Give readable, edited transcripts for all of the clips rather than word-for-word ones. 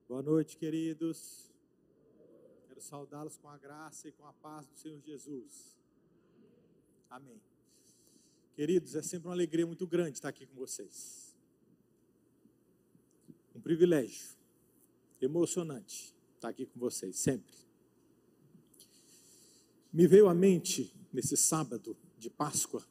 Boa noite, queridos. Quero saudá-los com a graça e com a paz do Senhor Jesus. Amém. Queridos, é sempre uma alegria muito grande estar aqui com vocês. Um privilégio emocionante estar aqui com vocês, sempre. Me veio à mente, nesse sábado de Páscoa,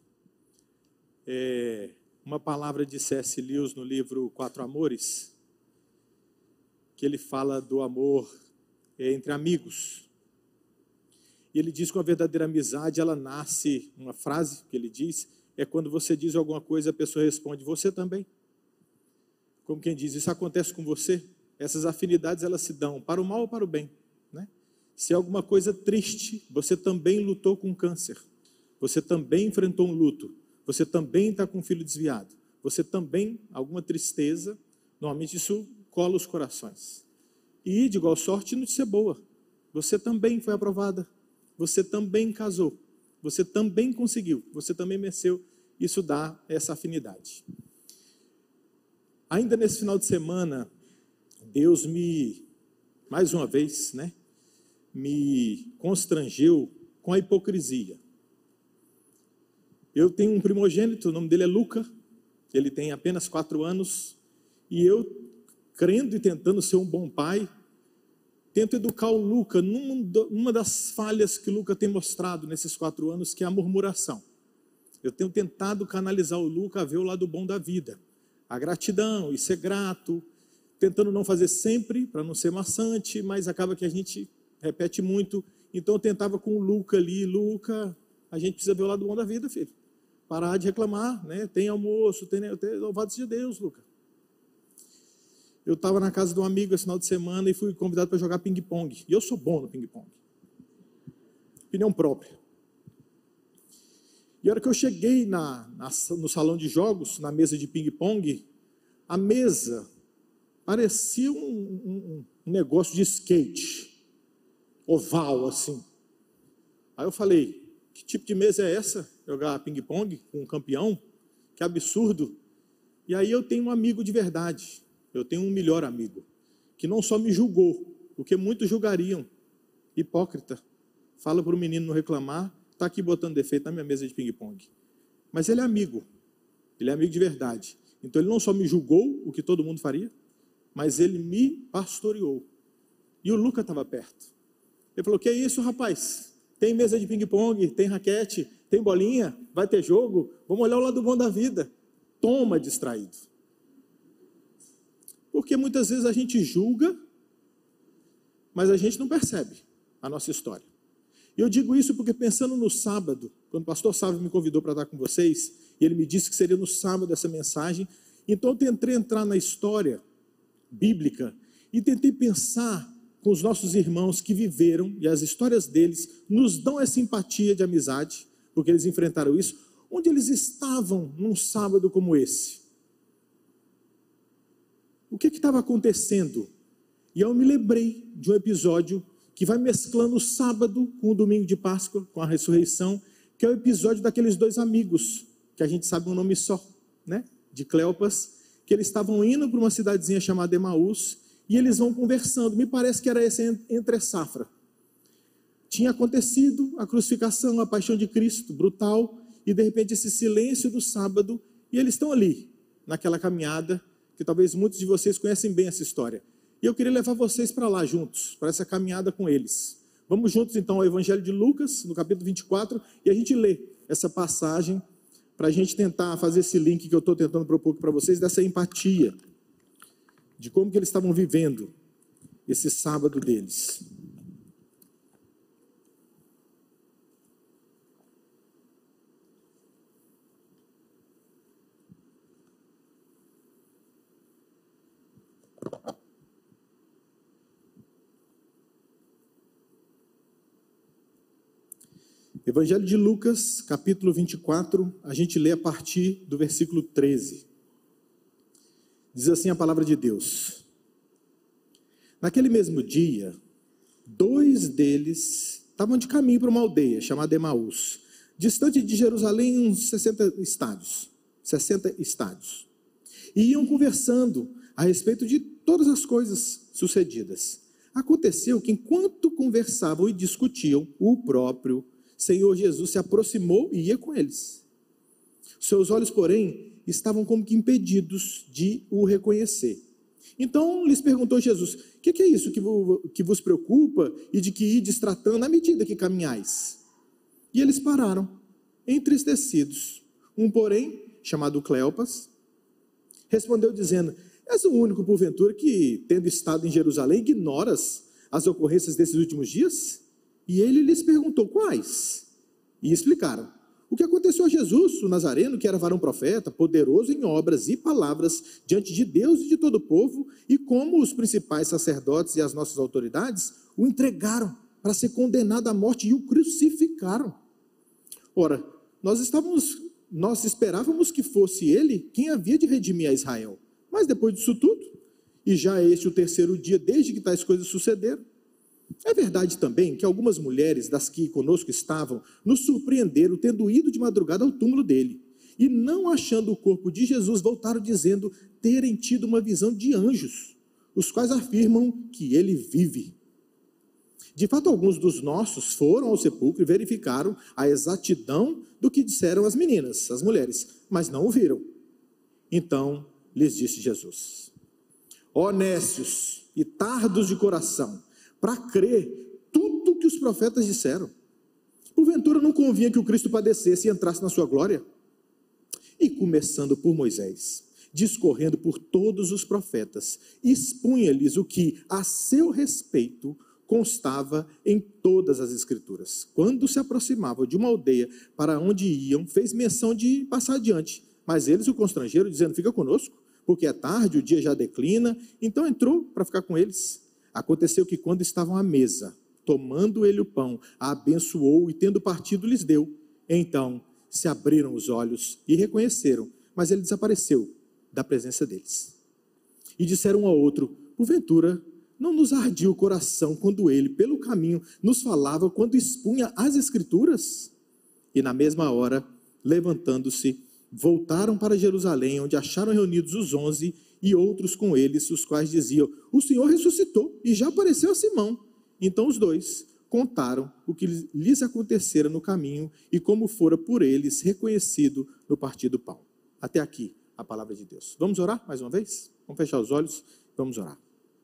uma palavra de C.S. Lewis no livro Quatro Amores, que ele fala do amor entre amigos. E ele diz que uma verdadeira amizade, ela nasce, uma frase que ele diz, é quando você diz alguma coisa, a pessoa responde, você também. Como quem diz, isso acontece com você? Essas afinidades, elas se dão para o mal ou para o bem, né? Se é alguma coisa triste, você também lutou com câncer, você também enfrentou um luto, você também está com um filho desviado, você também, alguma tristeza, normalmente isso cola os corações. E de igual sorte, notícia boa, você também foi aprovada, você também casou, você também conseguiu, você também venceu, isso dá essa afinidade. Ainda nesse final de semana, Deus mais uma vez, me constrangeu com a hipocrisia. Eu tenho um primogênito, o nome dele é Luca, ele tem apenas 4 anos, e eu, crendo e tentando ser um bom pai, tento educar o Luca numa das falhas que o Luca tem mostrado nesses 4 anos, que é a murmuração. Eu tenho tentado canalizar o Luca a ver o lado bom da vida, a gratidão e ser grato, tentando não fazer sempre, para não ser maçante, mas acaba que a gente repete muito. Então eu tentava com o Luca ali, Luca, a gente precisa ver o lado bom da vida, filho. Parar de reclamar, tem almoço, tem louvado seja Deus, Luca. Eu estava na casa de um amigo esse final de semana e fui convidado para jogar ping-pong. E eu sou bom no ping-pong. Opinião própria. E a hora que eu cheguei no salão de jogos, na mesa de ping-pong, a mesa parecia um negócio de skate, oval assim. Aí eu falei, que tipo de mesa é essa? Jogar ping-pong com um campeão? Que absurdo. E aí eu tenho um amigo de verdade. Eu tenho um melhor amigo, que não só me julgou, porque muitos julgariam. Hipócrita. Fala para o menino não reclamar, está aqui botando defeito na minha mesa de ping-pong. Mas ele é amigo de verdade. Então ele não só me julgou, o que todo mundo faria, mas ele me pastoreou. E o Luca estava perto. Ele falou, que é isso, rapaz? Tem mesa de ping-pong, tem raquete, tem bolinha, vai ter jogo, vamos olhar o lado bom da vida. Toma, distraído. Porque muitas vezes a gente julga, mas a gente não percebe a nossa história. E eu digo isso porque pensando no sábado, quando o pastor Sávio me convidou para estar com vocês, e ele me disse que seria no sábado essa mensagem, então eu tentei entrar na história bíblica e tentei pensar com os nossos irmãos que viveram, e as histórias deles nos dão essa empatia de amizade, porque eles enfrentaram isso, onde eles estavam num sábado como esse. O que estava acontecendo? E eu me lembrei de um episódio que vai mesclando o sábado com o domingo de Páscoa, com a ressurreição, que é o episódio daqueles 2 amigos, que a gente sabe um nome só, de Cleopas, que eles estavam indo para uma cidadezinha chamada Emaús, e eles vão conversando, me parece que era esse entre-safra. Tinha acontecido a crucificação, a paixão de Cristo, brutal, e de repente esse silêncio do sábado, e eles estão ali, naquela caminhada, que talvez muitos de vocês conhecem bem essa história. E eu queria levar vocês para lá juntos, para essa caminhada com eles. Vamos juntos então ao Evangelho de Lucas, no capítulo 24, e a gente lê essa passagem, para a gente tentar fazer esse link que eu estou tentando propor para vocês, dessa empatia, de como que eles estavam vivendo esse sábado deles. Evangelho de Lucas, capítulo 24, a gente lê a partir do versículo 13. Diz assim a palavra de Deus. Naquele mesmo dia, 2 deles estavam de caminho para uma aldeia chamada Emaús, distante de Jerusalém uns 60 estádios. E iam conversando a respeito de todas as coisas sucedidas. Aconteceu que, enquanto conversavam e discutiam, o próprio Senhor Jesus se aproximou e ia com eles. Seus olhos, porém, estavam como que impedidos de o reconhecer. Então lhes perguntou Jesus: o que é isso que vos preocupa e de que ides tratando à medida que caminhais? E eles pararam, entristecidos. Um, porém, chamado Cleopas, respondeu dizendo: és o único, porventura, que, tendo estado em Jerusalém, ignoras as ocorrências desses últimos dias? E ele lhes perguntou: quais? E explicaram: o que aconteceu a Jesus, o Nazareno, que era varão profeta, poderoso em obras e palavras diante de Deus e de todo o povo, e como os principais sacerdotes e as nossas autoridades o entregaram para ser condenado à morte e o crucificaram. Ora, nós esperávamos que fosse ele quem havia de redimir a Israel. Mas depois disso tudo, e já é este o terceiro dia desde que tais coisas sucederam, é verdade também que algumas mulheres das que conosco estavam nos surpreenderam tendo ido de madrugada ao túmulo dele, e não achando o corpo de Jesus, voltaram dizendo terem tido uma visão de anjos, os quais afirmam que ele vive. De fato, alguns dos nossos foram ao sepulcro e verificaram a exatidão do que disseram as meninas, as mulheres, mas não o viram. Então lhes disse Jesus: ó nécios e tardos de coração, para crer tudo que os profetas disseram. Porventura não convinha que o Cristo padecesse e entrasse na sua glória? E começando por Moisés, discorrendo por todos os profetas, expunha-lhes o que a seu respeito constava em todas as escrituras. Quando se aproximavam de uma aldeia para onde iam, fez menção de passar adiante, mas eles o constrangeram, dizendo: fica conosco, porque é tarde, o dia já declina. Então entrou para ficar com eles. Aconteceu que, quando estavam à mesa, tomando ele o pão, a abençoou e, tendo partido, lhes deu. Então se abriram os olhos e reconheceram, mas ele desapareceu da presença deles. E disseram um ao outro: porventura não nos ardia o coração quando ele, pelo caminho, nos falava, quando expunha as Escrituras? E na mesma hora, levantando-se, voltaram para Jerusalém, onde acharam reunidos os 11 e outros com eles, os quais diziam: o Senhor ressuscitou e já apareceu a Simão. Então os dois contaram o que lhes acontecera no caminho e como fora por eles reconhecido no partir do pão. Até aqui a palavra de Deus. Vamos orar mais uma vez? Vamos fechar os olhos, vamos orar.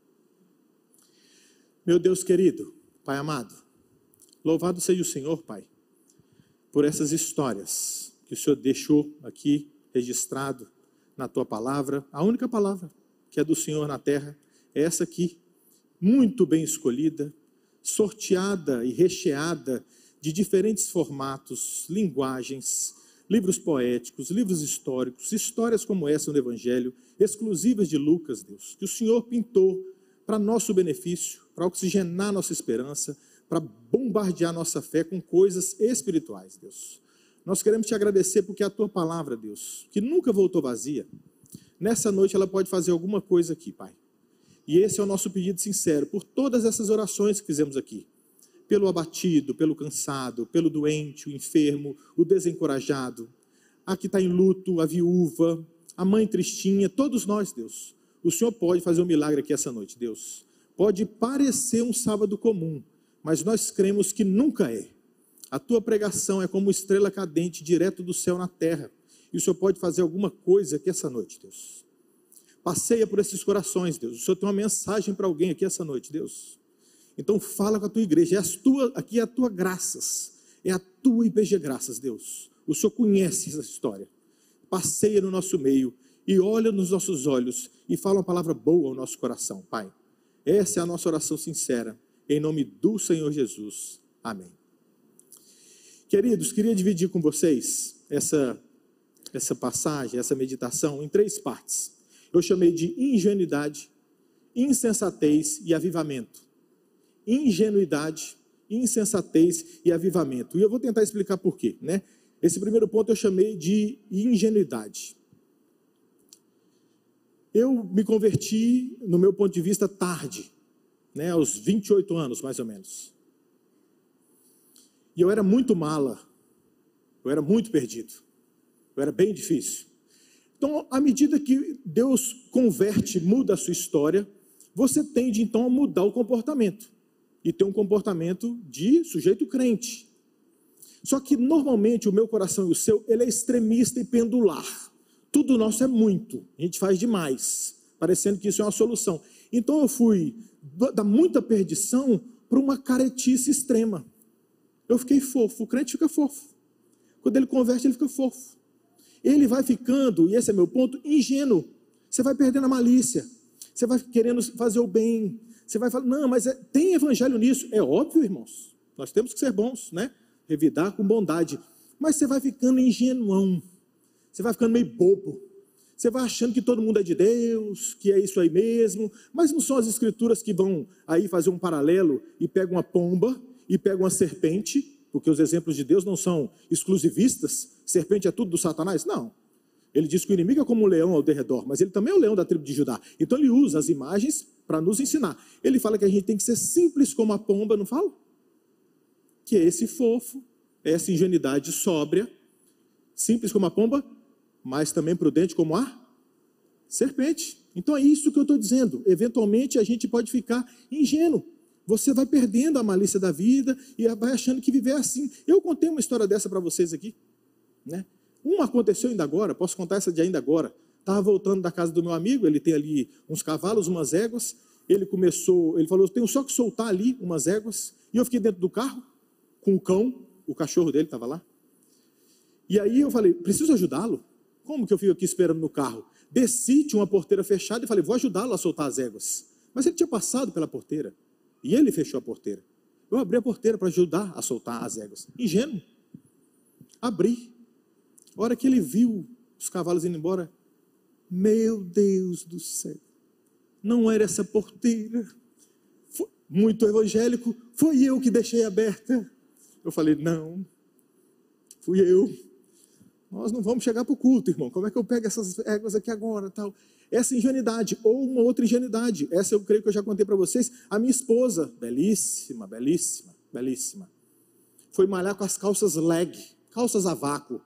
Meu Deus querido, Pai amado, louvado seja o Senhor, Pai, por essas histórias que o Senhor deixou aqui registrado na Tua palavra. A única palavra que é do Senhor na terra é essa aqui, muito bem escolhida, sorteada e recheada de diferentes formatos, linguagens, livros poéticos, livros históricos, histórias como essa no Evangelho, exclusivas de Lucas, Deus, que o Senhor pintou para nosso benefício, para oxigenar nossa esperança, para bombardear nossa fé com coisas espirituais, Deus. Nós queremos te agradecer porque a Tua palavra, Deus, que nunca voltou vazia, nessa noite ela pode fazer alguma coisa aqui, Pai. E esse é o nosso pedido sincero, por todas essas orações que fizemos aqui. Pelo abatido, pelo cansado, pelo doente, o enfermo, o desencorajado, a que está em luto, a viúva, a mãe tristinha, todos nós, Deus. O Senhor pode fazer um milagre aqui essa noite, Deus. Pode parecer um sábado comum, mas nós cremos que nunca é. A Tua pregação é como estrela cadente direto do céu na terra. E o Senhor pode fazer alguma coisa aqui essa noite, Deus. Passeia por esses corações, Deus. O Senhor tem uma mensagem para alguém aqui essa noite, Deus. Então fala com a Tua igreja. Aqui é a Tua graças. É a Tua IPG Graças, Deus. O Senhor conhece essa história. Passeia no nosso meio e olha nos nossos olhos e fala uma palavra boa ao nosso coração, Pai. Essa é a nossa oração sincera. Em nome do Senhor Jesus. Amém. Queridos, queria dividir com vocês essa passagem, essa meditação em 3 partes. Eu chamei de ingenuidade, insensatez e avivamento. Ingenuidade, insensatez e avivamento. E eu vou tentar explicar por quê, né? Esse primeiro ponto eu chamei de ingenuidade. Eu me converti, no meu ponto de vista, tarde, né? Aos 28 anos, mais ou menos. E eu era muito mala, eu era muito perdido, eu era bem difícil. Então, à medida que Deus converte, muda a sua história, você tende então a mudar o comportamento e ter um comportamento de sujeito crente. Só que normalmente o meu coração e o seu, ele é extremista e pendular. Tudo nosso é muito, a gente faz demais, parecendo que isso é uma solução. Então eu fui da muita perdição para uma caretice extrema. Eu fiquei fofo, o crente fica fofo. Quando ele converte, ele fica fofo. Ele vai ficando, e esse é meu ponto, ingênuo. Você vai perdendo a malícia, você vai querendo fazer o bem, você vai falar, não, mas tem evangelho nisso. É óbvio, irmãos, nós temos que ser bons, né? Revidar com bondade. Mas você vai ficando ingenuão, você vai ficando meio bobo, você vai achando que todo mundo é de Deus, que é isso aí mesmo, mas não são as escrituras que vão aí fazer um paralelo e pegam uma pomba e pegam uma serpente, porque os exemplos de Deus não são exclusivistas, serpente é tudo do Satanás, não. Ele diz que o inimigo é como um leão ao derredor, mas ele também é o leão da tribo de Judá. Então ele usa as imagens para nos ensinar. Ele fala que a gente tem que ser simples como a pomba, não fala? Que é esse fofo, essa ingenuidade sóbria, simples como a pomba, mas também prudente como a serpente. Então é isso que eu estou dizendo. Eventualmente a gente pode ficar ingênuo. Você vai perdendo a malícia da vida e vai achando que viver assim. Eu contei uma história dessa para vocês aqui, né? Uma aconteceu ainda agora, posso contar essa de ainda agora. Estava voltando da casa do meu amigo, ele tem ali uns cavalos, umas éguas. Ele falou, eu tenho só que soltar ali umas éguas. E eu fiquei dentro do carro com o cão, o cachorro dele estava lá. E aí eu falei, preciso ajudá-lo? Como que eu fico aqui esperando no carro? Desci, tinha uma porteira fechada e falei, vou ajudá-lo a soltar as éguas. Mas ele tinha passado pela porteira e ele fechou a porteira. Eu abri a porteira para ajudar a soltar as éguas. Ingênuo. Abri. A hora que ele viu os cavalos indo embora, meu Deus do céu, não era essa porteira. Muito evangélico, foi eu que deixei aberta. Eu falei, não, fui eu. Nós não vamos chegar para o culto, irmão. Como é que eu pego essas éguas aqui agora? Tal? Essa ingenuidade, ou uma outra ingenuidade. Essa eu creio que eu já contei para vocês. A minha esposa, belíssima, belíssima, belíssima, foi malhar com as calças leg, calças a vácuo.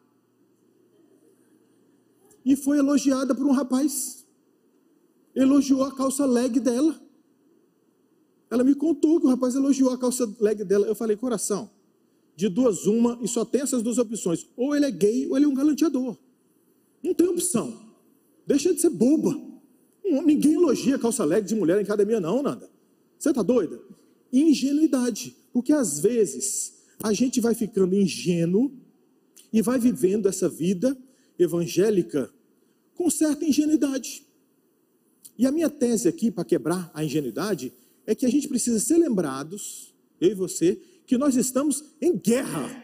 E foi elogiada por um rapaz. Elogiou a calça leg dela. Ela me contou que o rapaz elogiou a calça leg dela. Eu falei, coração, de duas uma, e só tem essas duas opções. Ou ele é gay, ou ele é um galanteador. Não tem opção. Deixa de ser boba. Ninguém elogia a calça leg de mulher em academia não, Nanda. Você está doida? Ingenuidade. Porque às vezes a gente vai ficando ingênuo e vai vivendo essa vida evangélica com certa ingenuidade. E a minha tese aqui, para quebrar a ingenuidade, é que a gente precisa ser lembrados, eu e você, que nós estamos em guerra.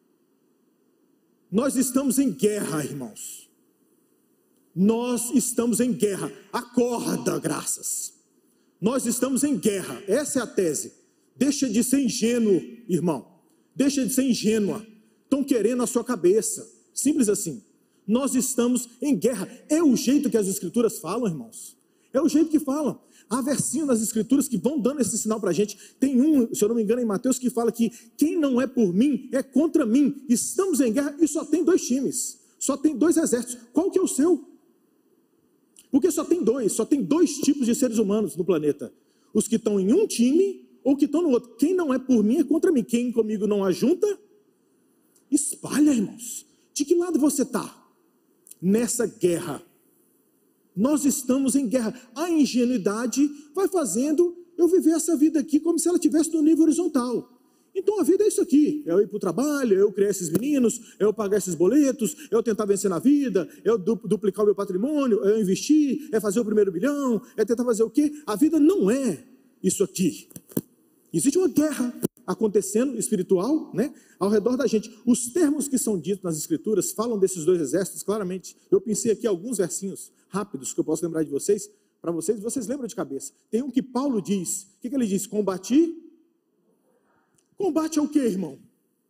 Nós estamos em guerra, irmãos. Nós estamos em guerra. Acorda, graças. Nós estamos em guerra. Essa é a tese. Deixa de ser ingênuo, irmão. Deixa de ser ingênua. Estão querendo a sua cabeça. Simples assim. Nós estamos em guerra. É o jeito que as escrituras falam, irmãos. É o jeito que falam. Há versinho nas escrituras que vão dando esse sinal para a gente. Tem um, se eu não me engano, em Mateus, que fala que quem não é por mim, é contra mim. Estamos em guerra e só tem dois times. Só tem dois exércitos. Qual que é o seu? Porque só tem dois tipos de seres humanos no planeta. Os que estão em um time ou que estão no outro. Quem não é por mim, é contra mim. Quem comigo não ajunta, espalha, irmãos. De que lado você está? Nessa guerra. Nós estamos em guerra. A ingenuidade vai fazendo eu viver essa vida aqui como se ela estivesse no nível horizontal. Então a vida é isso aqui. É eu ir para o trabalho, é eu criar esses meninos, é eu pagar esses boletos, é eu tentar vencer na vida, é eu duplicar o meu patrimônio, é eu investir, é fazer o primeiro bilhão, é tentar fazer o quê? A vida não é isso aqui. Existe uma guerra acontecendo espiritual, né, ao redor da gente. Os termos que são ditos nas escrituras falam desses dois exércitos claramente. Eu pensei aqui alguns versinhos rápidos que eu posso lembrar de vocês, para vocês lembram de cabeça. Tem um que Paulo diz, o que ele diz? Combate é o que, irmão?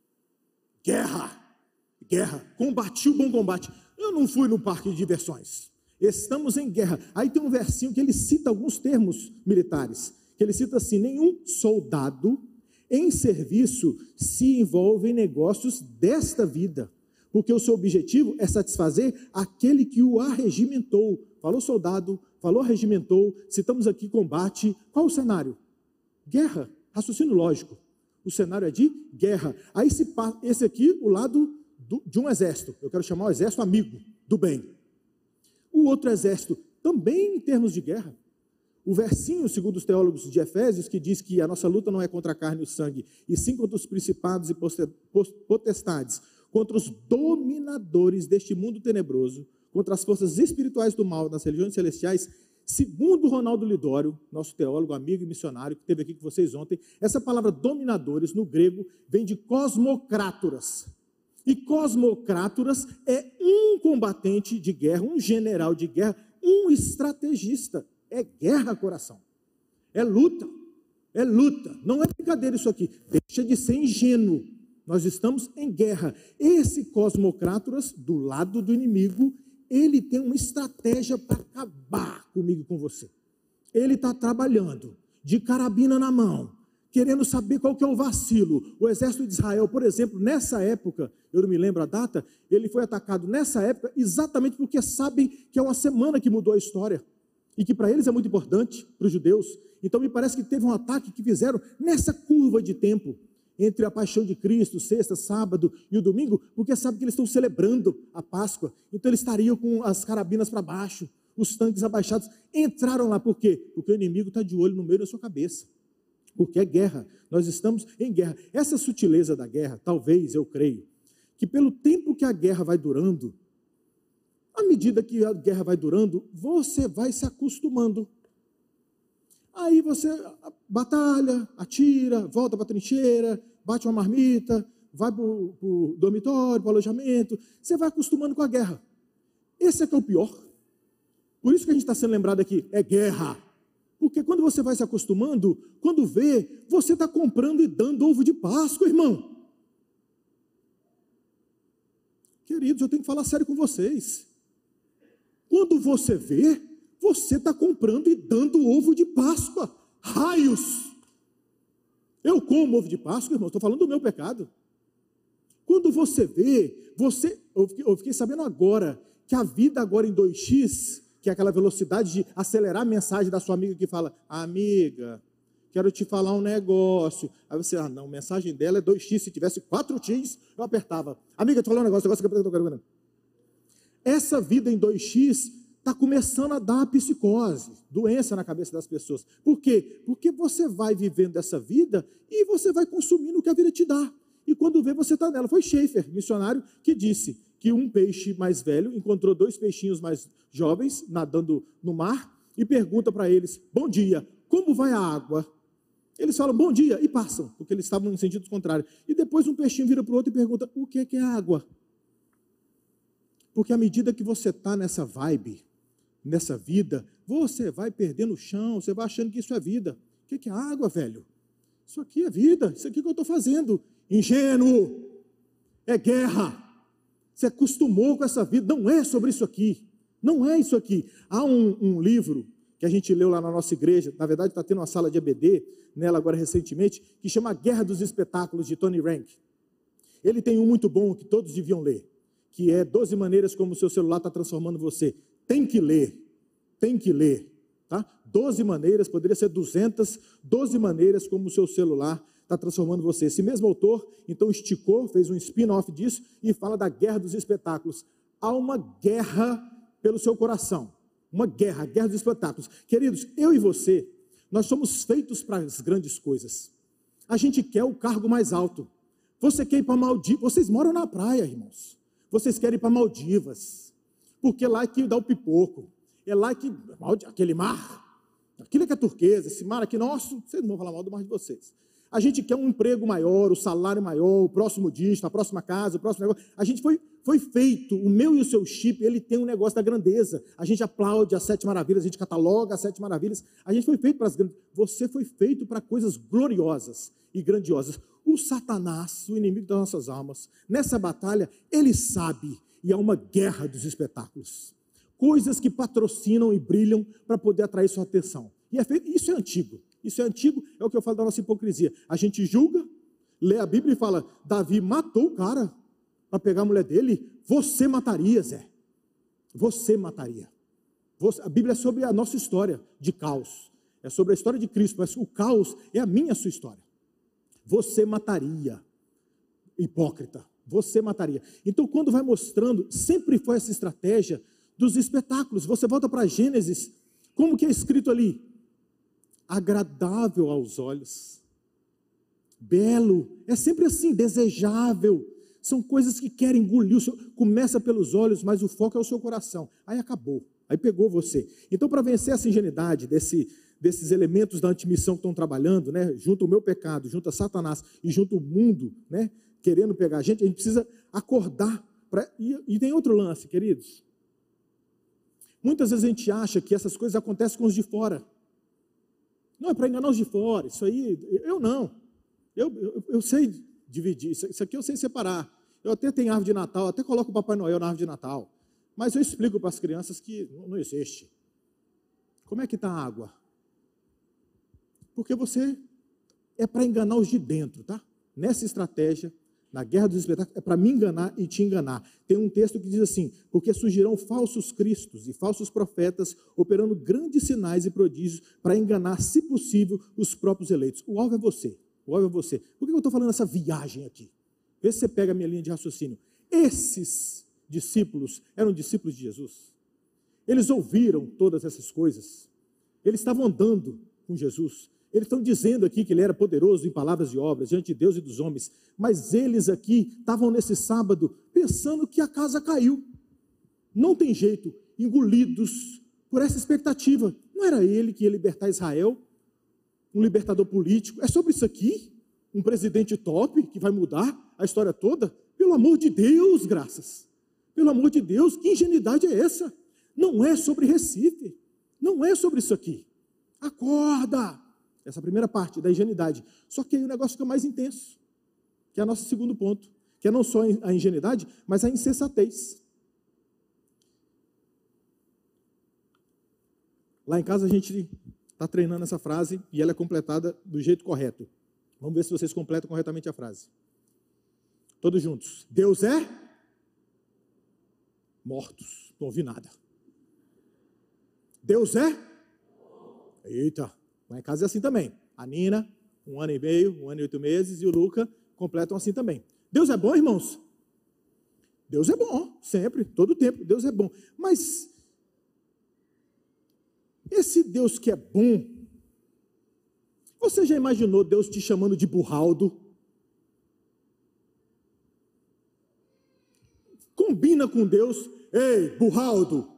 Guerra, combati o bom combate. Eu não fui no parque de diversões, estamos em guerra. Aí tem um versinho que ele cita alguns termos militares, que ele cita assim, nenhum soldado em serviço se envolve em negócios desta vida, porque o seu objetivo é satisfazer aquele que o arregimentou. Falou soldado, falou arregimentou, citamos aqui combate. Qual o cenário? Guerra, raciocínio lógico. O cenário é de guerra. Aí esse aqui, o lado de um exército. Eu quero chamar o exército amigo, do bem. O outro exército, também em termos de guerra. O versinho, segundo os teólogos de Efésios, que diz que a nossa luta não é contra a carne e o sangue, e sim contra os principados e potestades, contra os dominadores deste mundo tenebroso, contra as forças espirituais do mal nas regiões celestiais. Segundo Ronaldo Lidório, nosso teólogo, amigo e missionário, que esteve aqui com vocês ontem, essa palavra dominadores, no grego, vem de cosmocrátoras. E cosmocrátoras é um combatente de guerra, um general de guerra, um estrategista. É guerra, coração. É luta. É luta. Não é brincadeira isso aqui. Deixa de ser ingênuo. Nós estamos em guerra. Esse cosmocrátoras, do lado do inimigo, ele tem uma estratégia para acabar comigo e com você. Ele está trabalhando, de carabina na mão, querendo saber qual que é o vacilo. O exército de Israel, por exemplo, nessa época, eu não me lembro a data, ele foi atacado nessa época exatamente porque sabem que é uma semana que mudou a história e que para eles é muito importante, para os judeus. Então me parece que teve um ataque que fizeram nessa curva de tempo, entre a paixão de Cristo, sexta, sábado e o domingo, porque sabe que eles estão celebrando a Páscoa, então eles estariam com as carabinas para baixo, os tanques abaixados, entraram lá, por quê? Porque o inimigo está de olho no meio da sua cabeça, porque é guerra, nós estamos em guerra. Essa sutileza da guerra, talvez, eu creio, que pelo tempo que a guerra vai durando, à medida que a guerra vai durando, você vai se acostumando. Aí você batalha, atira, volta para a trincheira, bate uma marmita, vai para o dormitório, para o alojamento. Você vai acostumando com a guerra. Esse é que é o pior. Por isso que a gente está sendo lembrado aqui, é guerra. Porque quando você vai se acostumando, quando vê, você está comprando e dando ovo de Páscoa, irmão. Queridos, eu tenho que falar sério com vocês. Quando você vê, você está comprando e dando ovo de Páscoa. Raios! Eu como ovo de Páscoa, irmão, estou falando do meu pecado. Quando você vê, eu fiquei sabendo agora, que a vida agora em 2x, que é aquela velocidade de acelerar a mensagem da sua amiga que fala, amiga, quero te falar um negócio. Aí você, não, a mensagem dela é 2x, se tivesse 4x, eu apertava. Amiga, te falar um negócio que eu quero. Essa vida em 2x está começando a dar psicose, doença na cabeça das pessoas. Por quê? Porque você vai vivendo essa vida e você vai consumindo o que a vida te dá. E quando vê, você está nela. Foi Schaeffer, missionário, que disse que um peixe mais velho encontrou 2 peixinhos mais jovens nadando no mar e pergunta para eles, bom dia, como vai a água? Eles falam, bom dia, e passam, porque eles estavam em sentido contrário. E depois um peixinho vira para o outro e pergunta, o que é água? Porque à medida que você está nessa vibe, nessa vida, você vai perdendo o chão, você vai achando que isso é vida. O que é água, velho? Isso aqui é vida, isso aqui que eu estou fazendo. Ingênuo, é guerra. Você acostumou com essa vida, não é sobre isso aqui. Não é isso aqui. Há um livro que a gente leu lá na nossa igreja, na verdade está tendo uma sala de EBD, nela agora recentemente, que chama Guerra dos Espetáculos, de Tony Rank. Ele tem um muito bom que todos deviam ler, que é 12 maneiras como o seu celular está transformando você. Tem que ler, tá? 12 maneiras, poderia ser 200, 12 maneiras como o seu celular está transformando você. Esse mesmo autor, então, esticou, fez um spin-off disso e fala da guerra dos espetáculos. Há uma guerra pelo seu coração, uma guerra, a guerra dos espetáculos. Queridos, eu e você, nós somos feitos para as grandes coisas. A gente quer o cargo mais alto. Você quer ir para Maldivas, vocês moram na praia, irmãos. Vocês querem ir para Maldivas, porque lá é que dá o pipoco, é lá que, aquele mar, aquilo é que é turquesa, esse mar aqui nosso, vocês não vão falar mal do mar de vocês. A gente quer um emprego maior, o salário maior, o próximo dígito, a próxima casa, o próximo negócio. A gente foi feito, o meu e o seu chip, ele tem um negócio da grandeza. A gente aplaude as 7 maravilhas, a gente cataloga as 7 maravilhas. A gente foi feito para as grandes. Você foi feito para coisas gloriosas e grandiosas. O Satanás, o inimigo das nossas almas, nessa batalha, ele sabe, e há uma guerra dos espetáculos. Coisas que patrocinam e brilham para poder atrair sua atenção. E isso é antigo. Isso é antigo, é o que eu falo da nossa hipocrisia. A gente julga, lê a Bíblia e fala, Davi matou o cara. para pegar a mulher dele, você mataria, Zé. Você mataria. A Bíblia é sobre a nossa história de caos. É sobre a história de Cristo, mas o caos é a minha, a sua história. Você mataria. Hipócrita. Você mataria. Então, quando vai mostrando, sempre foi essa estratégia dos espetáculos. Você volta para Gênesis, como que é escrito ali? Agradável aos olhos. Belo. É sempre assim, desejável. São coisas que querem engolir. Começa pelos olhos, mas o foco é o seu coração. Aí acabou. Aí pegou você. Então, para vencer essa ingenuidade desses elementos da antimissão que estão trabalhando, né, junto ao meu pecado, junto a Satanás e junto ao mundo, né, querendo pegar a gente precisa acordar. E tem outro lance, queridos. Muitas vezes a gente acha que essas coisas acontecem com os de fora. Não, é para enganar os de fora. Isso aí, eu não. Eu sei dividir. Isso aqui eu sei separar. Eu até tenho árvore de Natal, até coloco o Papai Noel na árvore de Natal. Mas eu explico para as crianças que não existe. Como é que está a água? Porque você é para enganar os de dentro, tá? Nessa estratégia, na guerra dos espetáculos, é para me enganar e te enganar. Tem um texto que diz assim, porque surgirão falsos cristos e falsos profetas, operando grandes sinais e prodígios para enganar, se possível, os próprios eleitos. O alvo é você. O alvo é você. Por que eu estou falando essa viagem aqui? Vê se você pega a minha linha de raciocínio. Esses discípulos eram discípulos de Jesus. Eles ouviram todas essas coisas. Eles estavam andando com Jesus. Eles estão dizendo aqui que ele era poderoso em palavras e obras, diante de Deus e dos homens. Mas eles aqui estavam nesse sábado pensando que a casa caiu. Não tem jeito, engolidos por essa expectativa. Não era ele que ia libertar Israel? Um libertador político? É sobre isso aqui? Um presidente top que vai mudar a história toda? Pelo amor de Deus, graças. Pelo amor de Deus, que ingenuidade é essa? Não é sobre Recife. Não é sobre isso aqui. Acorda! Essa primeira parte da ingenuidade. Só que aí o negócio fica mais intenso, que é o nosso segundo ponto, que é não só a ingenuidade, mas a insensatez. Lá em casa a gente está treinando essa frase e ela é completada do jeito correto. Vamos ver se vocês completam corretamente a frase. Todos juntos. Deus é mortos. Não ouvi nada. Deus é? Eita. Lá em casa é assim também. A Nina, 1 ano e meio, 1 ano e 8 meses, e o Luca completam assim também. Deus é bom, irmãos? Deus é bom, sempre, todo tempo, Deus é bom. Mas, esse Deus que é bom, você já imaginou Deus te chamando de burraldo? Combina com Deus, ei, burraldo.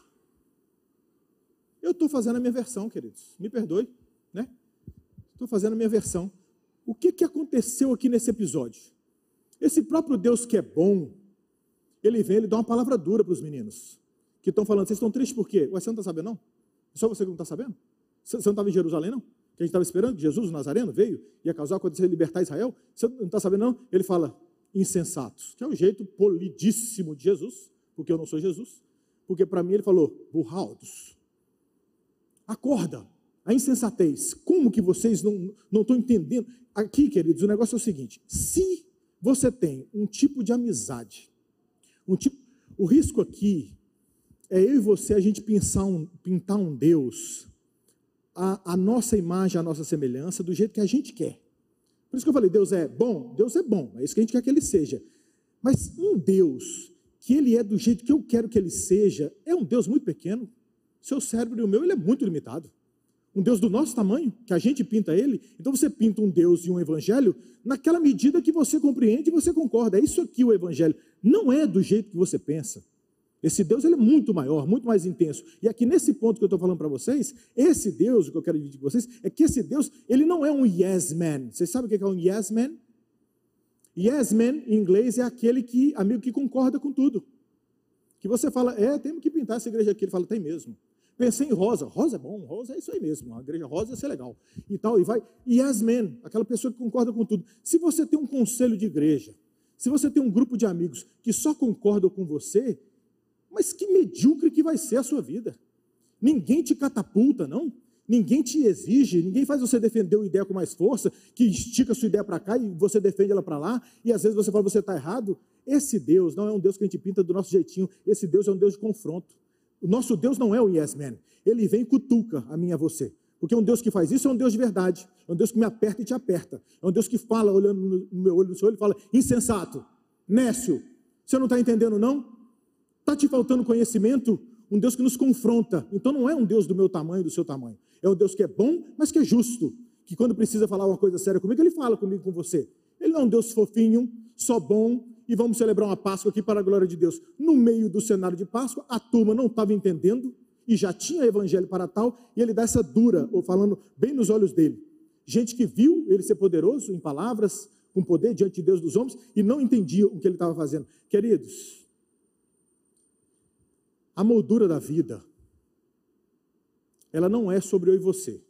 Eu estou fazendo a minha versão, queridos, me perdoe, né? Estou fazendo a minha versão. O que aconteceu aqui nesse episódio? Esse próprio Deus que é bom, ele vem, ele dá uma palavra dura para os meninos, que estão falando, vocês estão tristes por quê? Ué, você não está sabendo não? Só você que não está sabendo? Você não estava em Jerusalém não? Que a gente estava esperando que Jesus, o Nazareno, veio, ia causar, acontecer, libertar Israel? Você não está sabendo não? Ele fala, insensatos, que é o jeito polidíssimo de Jesus, porque eu não sou Jesus, porque para mim ele falou, burraldos. Acorda, a insensatez, como que vocês não estão entendendo? Aqui, queridos, o negócio é o seguinte, se você tem um tipo de amizade, o risco aqui é eu e você, a gente pintar um Deus, a nossa imagem, a nossa semelhança, do jeito que a gente quer. Por isso que eu falei, Deus é bom, é isso que a gente quer que ele seja. Mas um Deus, que ele é do jeito que eu quero que ele seja, é um Deus muito pequeno. Seu cérebro e o meu, ele é muito limitado. Um Deus do nosso tamanho, que a gente pinta ele, então você pinta um Deus e um evangelho naquela medida que você compreende e você concorda. É isso aqui o evangelho. Não é do jeito que você pensa. Esse Deus, ele é muito maior, muito mais intenso. E aqui nesse ponto que eu estou falando para vocês, esse Deus, o que eu quero dividir com vocês, é que esse Deus, ele não é um yes man. Vocês sabem o que é um yes man? Yes man, em inglês, é aquele amigo que concorda com tudo. Que você fala, temos que pintar essa igreja aqui. Ele fala, tem mesmo. Pensei em rosa. Rosa é bom, rosa é isso aí mesmo. A igreja rosa ia ser legal. E tal, e vai. Yes man, aquela pessoa que concorda com tudo. Se você tem um conselho de igreja, se você tem um grupo de amigos que só concordam com você, mas que medíocre que vai ser a sua vida. Ninguém te catapulta, não. Ninguém te exige, ninguém faz você defender uma ideia com mais força, que estica a sua ideia para cá e você defende ela para lá, e às vezes você fala que você está errado. Esse Deus não é um Deus que a gente pinta do nosso jeitinho, esse Deus é um Deus de confronto. O nosso Deus não é o yes man, ele vem e cutuca a mim e a você. Porque um Deus que faz isso é um Deus de verdade, é um Deus que me aperta e te aperta, é um Deus que fala, olhando no meu olho, no seu olho, e fala, insensato, nécio, você não está entendendo não? Está te faltando conhecimento? Um Deus que nos confronta. Então não é um Deus do meu tamanho, do seu tamanho. É um Deus que é bom, mas que é justo. Que quando precisa falar uma coisa séria comigo, ele fala comigo, com você. Ele não é um Deus fofinho, só bom, e vamos celebrar uma Páscoa aqui para a glória de Deus. No meio do cenário de Páscoa, a turma não estava entendendo, e já tinha evangelho para tal, e ele dá essa dura, ou falando bem nos olhos dele. Gente que viu ele ser poderoso em palavras, com poder diante de Deus dos homens, e não entendia o que ele estava fazendo. Queridos, a moldura da vida, ela não é sobre eu e você.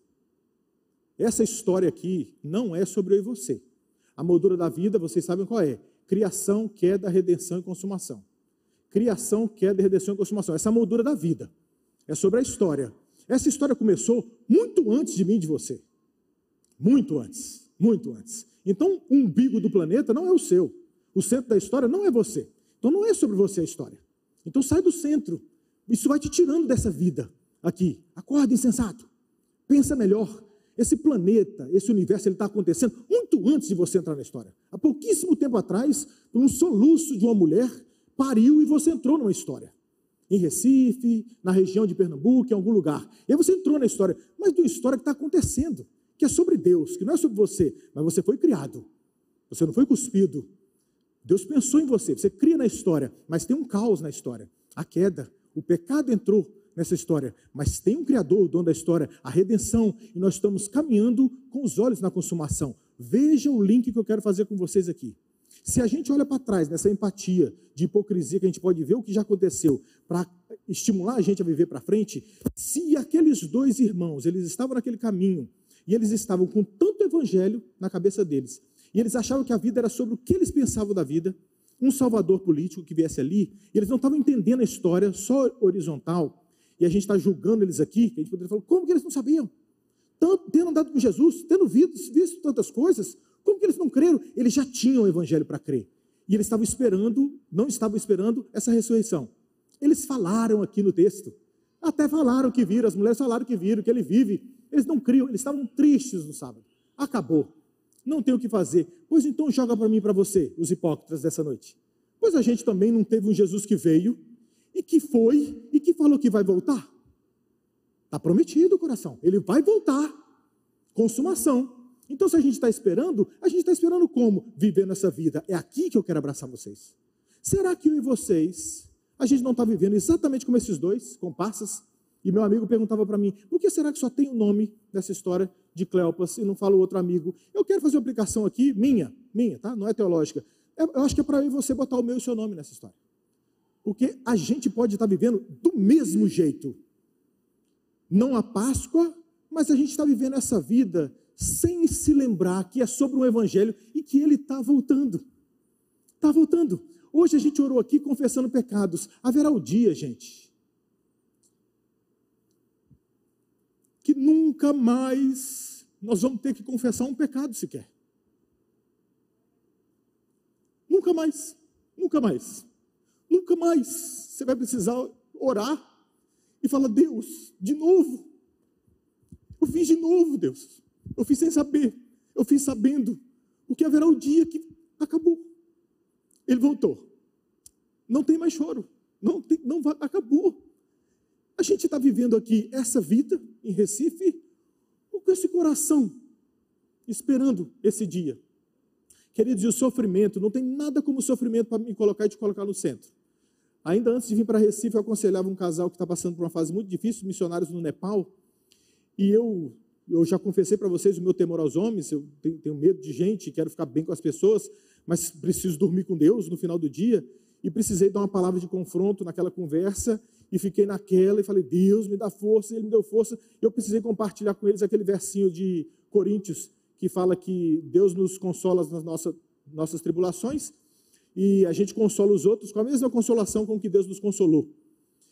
Essa história aqui não é sobre eu e você. A moldura da vida, vocês sabem qual é? Criação, queda, redenção e consumação. Criação, queda, redenção e consumação. Essa é a moldura da vida. É sobre a história. Essa história começou muito antes de mim e de você. Muito antes. Muito antes. Então, o umbigo do planeta não é o seu. O centro da história não é você. Então, não é sobre você a história. Então, sai do centro. Isso vai te tirando dessa vida aqui. Acorda, insensato. Pensa melhor. Esse planeta, esse universo, ele está acontecendo muito antes de você entrar na história. Há pouquíssimo tempo atrás, um soluço de uma mulher pariu e você entrou numa história. Em Recife, na região de Pernambuco, em algum lugar. E aí você entrou na história. Mas de uma história que está acontecendo, que é sobre Deus, que não é sobre você, mas você foi criado. Você não foi cuspido. Deus pensou em você, você cria na história, mas tem um caos na história. A queda, o pecado entrou nessa história, mas tem um Criador, o dono da história, a redenção, e nós estamos caminhando com os olhos na consumação. Veja o link que eu quero fazer com vocês aqui. Se a gente olha para trás, nessa empatia de hipocrisia, que a gente pode ver o que já aconteceu, para estimular a gente a viver para frente, se aqueles dois irmãos, eles estavam naquele caminho, e eles estavam com tanto evangelho na cabeça deles, e eles achavam que a vida era sobre o que eles pensavam da vida, um salvador político que viesse ali, e eles não estavam entendendo a história, só horizontal, e a gente está julgando eles aqui, que a gente poderia falar, como que eles não sabiam? Tanto, tendo andado com Jesus, tendo visto tantas coisas, como que eles não creram? Eles já tinham o evangelho para crer. E eles estavam esperando, não estavam esperando essa ressurreição. Eles falaram aqui no texto, até falaram que viram, as mulheres falaram que viram, que ele vive. Eles não criam, eles estavam tristes no sábado. Acabou. Não tem o que fazer. Pois então joga para mim e para você, os hipócritas dessa noite. Pois a gente também não teve um Jesus que veio, e que foi, e que falou que vai voltar. Está prometido o coração. Ele vai voltar. Consumação. Então, se a gente está esperando como viver nessa vida? É aqui que eu quero abraçar vocês. Será que eu e vocês, a gente não está vivendo exatamente como esses dois comparsas? E meu amigo perguntava para mim, por que será que só tem o nome dessa história de Cleopas e não fala o outro amigo? Eu quero fazer uma aplicação aqui, minha, tá? Não é teológica. Eu acho que é para eu e você botar o meu e o seu nome nessa história. Porque a gente pode estar vivendo do mesmo jeito. Não a Páscoa, mas a gente está vivendo essa vida sem se lembrar que é sobre um evangelho e que ele está voltando. Está voltando. Hoje a gente orou aqui confessando pecados. Haverá o dia, gente, que nunca mais nós vamos ter que confessar um pecado sequer. Nunca mais. Nunca mais. Nunca mais você vai precisar orar e falar, Deus, de novo. Eu fiz de novo, Deus. Eu fiz sem saber. Eu fiz sabendo. Porque haverá o dia que acabou. Ele voltou. Não tem mais choro. Não vai, acabou. A gente está vivendo aqui essa vida em Recife, ou com esse coração, esperando esse dia. Queridos, e o sofrimento, não tem nada como sofrimento para me colocar e te colocar no centro. Ainda antes de vir para Recife, eu aconselhava um casal que está passando por uma fase muito difícil, missionários no Nepal, e eu já confessei para vocês o meu temor aos homens, eu tenho medo de gente, quero ficar bem com as pessoas, mas preciso dormir com Deus no final do dia, e precisei dar uma palavra de confronto naquela conversa, e fiquei naquela, e falei, Deus me dá força, Ele me deu força, e eu precisei compartilhar com eles aquele versinho de Coríntios, que fala que Deus nos consola nas nossas tribulações, e a gente consola os outros com a mesma consolação com que Deus nos consolou.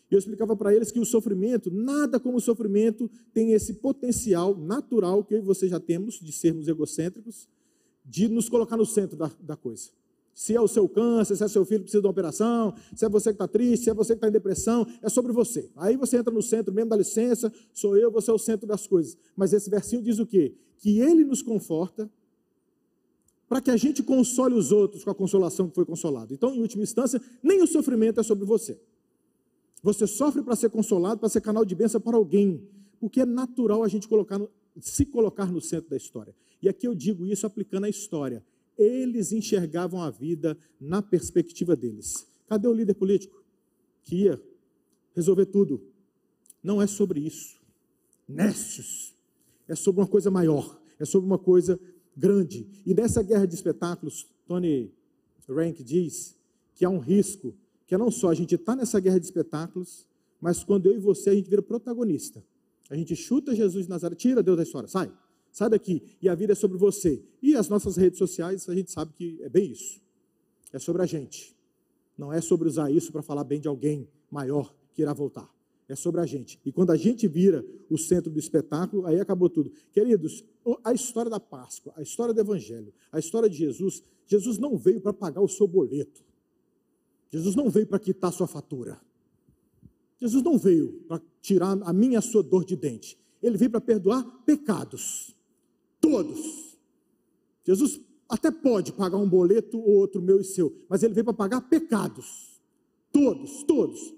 E eu explicava para eles que o sofrimento, nada como o sofrimento, tem esse potencial natural que eu e você já temos, de sermos egocêntricos, de nos colocar no centro da coisa. Se é o seu câncer, se é seu filho que precisa de uma operação, se é você que está triste, se é você que está em depressão, é sobre você. Aí você entra no centro mesmo, dá licença, sou eu, você é o centro das coisas. Mas esse versinho diz o quê? Que ele nos conforta para que a gente console os outros com a consolação que foi consolado. Então, em última instância, nem o sofrimento é sobre você. Você sofre para ser consolado, para ser canal de bênção para alguém, porque é natural a gente se colocar no centro da história. E aqui eu digo isso aplicando a história. Eles enxergavam a vida na perspectiva deles. Cadê o líder político que ia resolver tudo? Não é sobre isso. Nécios. É sobre uma coisa maior. É sobre uma coisa grande. E nessa guerra de espetáculos, Tony Rank diz que há um risco, que é não só a gente estar nessa guerra de espetáculos, mas quando eu e você a gente vira protagonista. A gente chuta Jesus de Nazaré, tira Deus da história, sai daqui, e a vida é sobre você. E as nossas redes sociais, a gente sabe que é bem isso. É sobre a gente. Não é sobre usar isso para falar bem de alguém maior que irá voltar. É sobre a gente. E quando a gente vira o centro do espetáculo, aí acabou tudo. Queridos, a história da Páscoa, a história do Evangelho, a história de Jesus, Jesus não veio para pagar o seu boleto. Jesus não veio para quitar a sua fatura. Jesus não veio para tirar a minha e a sua dor de dente. Ele veio para perdoar pecados. Todos. Jesus até pode pagar um boleto ou outro meu e seu, mas ele veio para pagar pecados. Todos.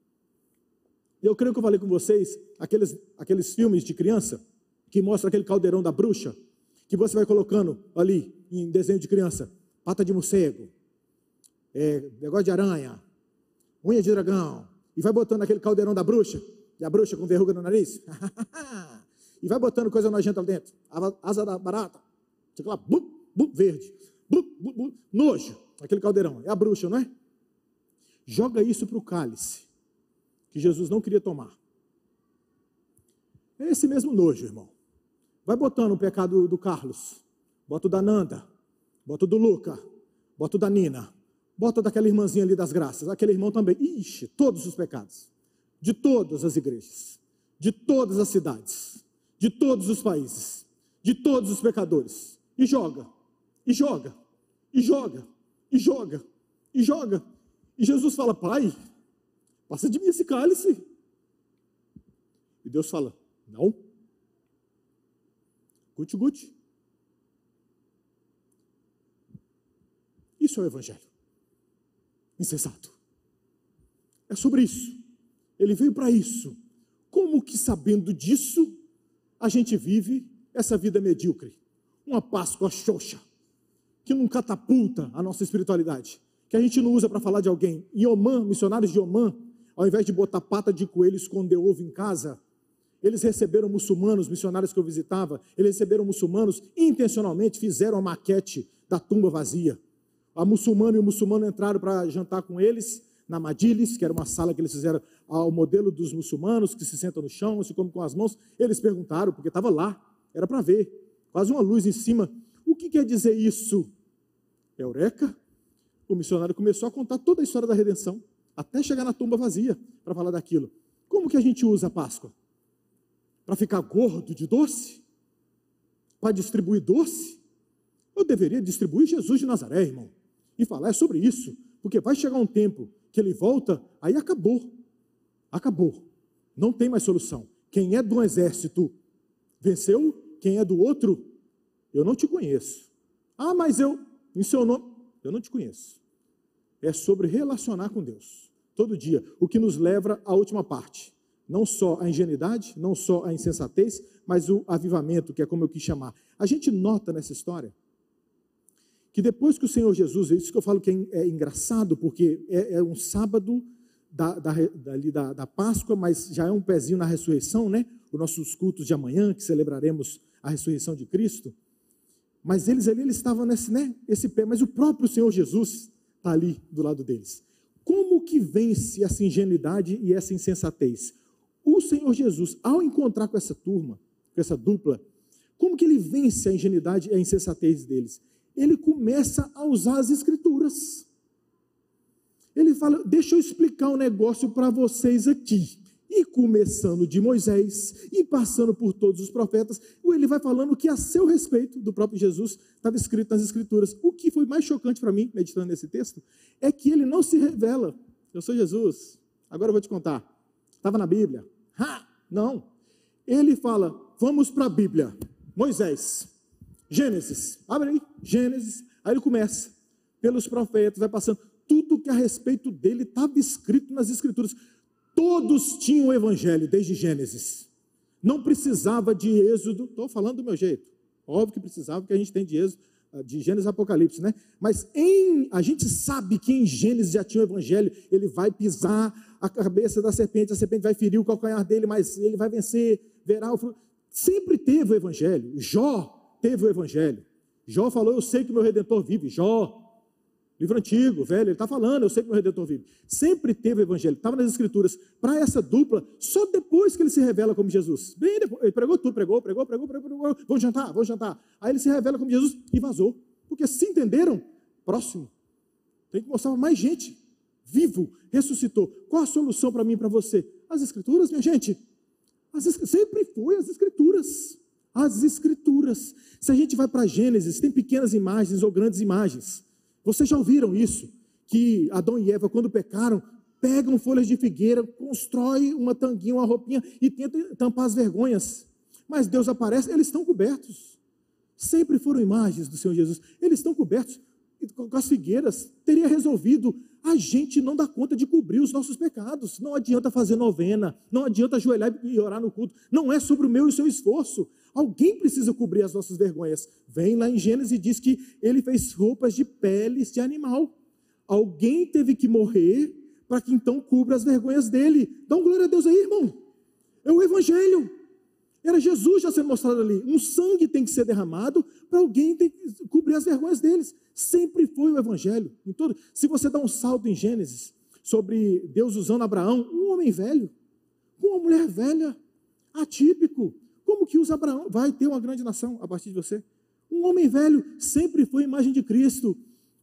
Eu creio que eu falei com vocês, aqueles filmes de criança, que mostram aquele caldeirão da bruxa, que você vai colocando ali, em desenho de criança, pata de morcego, negócio de aranha, unha de dragão, e vai botando aquele caldeirão da bruxa, e a bruxa com verruga no nariz, e vai botando coisa nojenta lá dentro, asa da barata, fica lá, verde, nojo, aquele caldeirão, é a bruxa, não é? Joga isso para o cálice, que Jesus não queria tomar. É esse mesmo nojo, irmão. Vai botando o pecado do Carlos, bota o da Nanda, bota o do Luca, bota o da Nina, bota daquela irmãzinha ali das graças, aquele irmão também. Ixi, todos os pecados, de todas as igrejas, de todas as cidades, de todos os países, de todos os pecadores. E joga. E Jesus fala, Pai, passa de mim esse cálice. E Deus fala, não. Guti. Isso é o Evangelho. Insensato. É sobre isso. Ele veio para isso. Como que sabendo disso, a gente vive essa vida medíocre? Uma Páscoa xoxa, que não catapulta a nossa espiritualidade, que a gente não usa para falar de alguém. Em Omã, missionários de Omã, ao invés de botar pata de coelho e esconder ovo em casa, eles receberam muçulmanos, missionários que eu visitava, eles receberam muçulmanos e intencionalmente fizeram a maquete da tumba vazia. A muçulmana e o muçulmano entraram para jantar com eles na Majlis, que era uma sala que eles fizeram ao modelo dos muçulmanos, que se sentam no chão, se comem com as mãos. Eles perguntaram, porque estava lá, era para ver, quase uma luz em cima. O que quer dizer isso? Eureka! O missionário começou a contar toda a história da redenção, até chegar na tumba vazia, para falar daquilo. Como que a gente usa a Páscoa? Para ficar gordo de doce? Para distribuir doce? Eu deveria distribuir Jesus de Nazaré, irmão, e falar sobre isso, porque vai chegar um tempo que ele volta, aí acabou, não tem mais solução. Quem é de um exército venceu, quem é do outro, eu não te conheço. Ah, mas em seu nome, eu não te conheço. É sobre relacionar com Deus, todo dia, o que nos leva à última parte, não só a ingenuidade, não só a insensatez, mas o avivamento, que é como eu quis chamar. A gente nota nessa história, que depois que o Senhor Jesus, é isso que eu falo que é engraçado, porque é um sábado da Páscoa, mas já é um pezinho na ressurreição, né? Os nossos cultos de amanhã, que celebraremos a ressurreição de Cristo. Mas eles estavam esse pé, mas o próprio Senhor Jesus está ali do lado deles. Como que vence essa ingenuidade e essa insensatez? O Senhor Jesus, ao encontrar com essa turma, com essa dupla, como que ele vence a ingenuidade e a insensatez deles? Ele começa a usar as Escrituras. Ele fala, deixa eu explicar um negócio para vocês aqui. E começando de Moisés, e passando por todos os profetas, ele vai falando que a seu respeito, do próprio Jesus, estava escrito nas Escrituras. O que foi mais chocante para mim, meditando nesse texto, é que ele não se revela. Eu sou Jesus, agora eu vou te contar. Estava na Bíblia. Não. Ele fala, vamos para a Bíblia. Moisés, Gênesis, abre aí, Gênesis. Aí ele começa, pelos profetas, vai passando. Tudo que a respeito dele estava escrito nas Escrituras. Todos tinham o Evangelho, desde Gênesis. Não precisava de Êxodo, estou falando do meu jeito. Óbvio que precisava, porque a gente tem de Êxodo, de Gênesis a Apocalipse, né? Mas a gente sabe que em Gênesis já tinha o Evangelho. Ele vai pisar a cabeça da serpente, a serpente vai ferir o calcanhar dele, mas ele vai vencer, verá o fruto. Sempre teve o Evangelho. Jó teve o Evangelho. Jó falou, eu sei que o meu Redentor vive. Jó, livro antigo, velho, ele está falando, eu sei que o meu Redentor vive. Sempre teve o Evangelho, estava nas Escrituras. Para essa dupla, só depois que ele se revela como Jesus. Bem depois, ele pregou tudo, pregou, vamos jantar. Aí ele se revela como Jesus e vazou. Porque se entenderam, próximo. Tem que mostrar mais gente, vivo, ressuscitou. Qual a solução para mim e para você? As Escrituras, minha gente. Sempre foi as Escrituras. As Escrituras. Se a gente vai para Gênesis, tem pequenas imagens ou grandes imagens. Vocês já ouviram isso? Que Adão e Eva, quando pecaram, pegam folhas de figueira, constroem uma tanguinha, uma roupinha e tentam tampar as vergonhas. Mas Deus aparece, eles estão cobertos. Sempre foram imagens do Senhor Jesus. Eles estão cobertos com as figueiras. Teria resolvido. A gente não dá conta de cobrir os nossos pecados. Não adianta fazer novena. Não adianta ajoelhar e orar no culto. Não é sobre o meu e o seu esforço. Alguém precisa cobrir as nossas vergonhas. Vem lá em Gênesis e diz que ele fez roupas de peles de animal. Alguém teve que morrer para que então cubra as vergonhas dele. Então glória a Deus aí, irmão. É o Evangelho. Era Jesus já sendo mostrado ali. Um sangue tem que ser derramado para alguém ter que cobrir as vergonhas deles. Sempre foi o Evangelho. Em todo. Se você dá um salto em Gênesis sobre Deus usando Abraão, um homem velho, com uma mulher velha, atípico. Como que usa Abraão? Vai ter uma grande nação a partir de você. Um homem velho sempre foi a imagem de Cristo.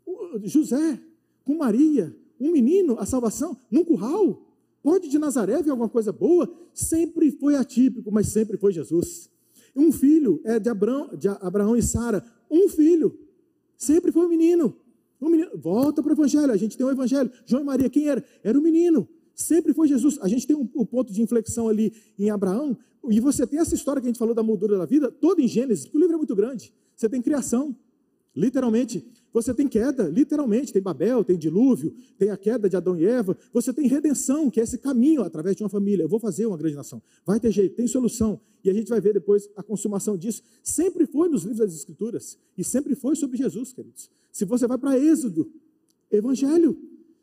José, com Maria, um menino, a salvação, num curral. Pode de Nazaré vir alguma coisa boa? Sempre foi atípico, mas sempre foi Jesus. Um filho de Abraão e Sara. Um filho. Sempre foi um menino. Volta para o Evangelho. A gente tem o Evangelho. João e Maria, quem era? Era o menino. Sempre foi Jesus. A gente tem o ponto de inflexão ali em Abraão. E você tem essa história que a gente falou da moldura da vida, toda em Gênesis, porque o livro é muito grande. Você tem criação, literalmente. Você tem queda, literalmente. Tem Babel, tem dilúvio, tem a queda de Adão e Eva. Você tem redenção, que é esse caminho através de uma família. Eu vou fazer uma grande nação. Vai ter jeito, tem solução. E a gente vai ver depois a consumação disso. Sempre foi nos livros das Escrituras. E sempre foi sobre Jesus, queridos. Se você vai para Êxodo, Evangelho.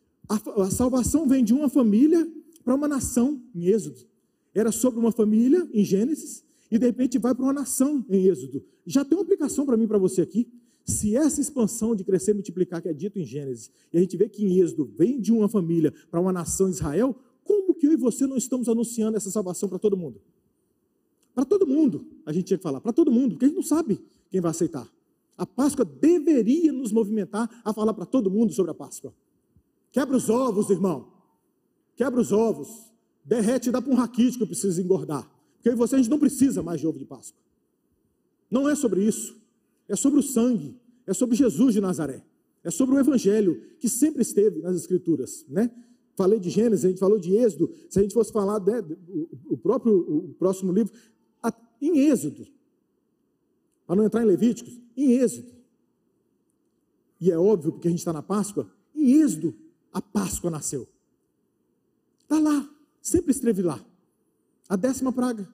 A salvação vem de uma família para uma nação em Êxodo. Era sobre uma família em Gênesis e de repente vai para uma nação em Êxodo. Já tem uma aplicação para mim e para você aqui. Se essa expansão de crescer e multiplicar que é dito em Gênesis, e a gente vê que em Êxodo vem de uma família para uma nação Israel, como que eu e você não estamos anunciando essa salvação para todo mundo? Para todo mundo, a gente tinha que falar, para todo mundo, porque a gente não sabe quem vai aceitar. A Páscoa deveria nos movimentar a falar para todo mundo sobre a Páscoa. Quebra os ovos, irmão. Quebra os ovos. Derrete e dá para um raquítico que eu preciso engordar. Porque eu e você, a gente não precisa mais de ovo de Páscoa. Não é sobre isso. É sobre o sangue. É sobre Jesus de Nazaré. É sobre o Evangelho, que sempre esteve nas Escrituras, né? Falei de Gênesis, a gente falou de Êxodo. Se a gente fosse falar o próximo livro, em Êxodo, para não entrar em Levíticos, em Êxodo. E é óbvio, porque a gente está na Páscoa, em Êxodo, a Páscoa nasceu. Está lá, sempre esteve lá. A 10ª praga.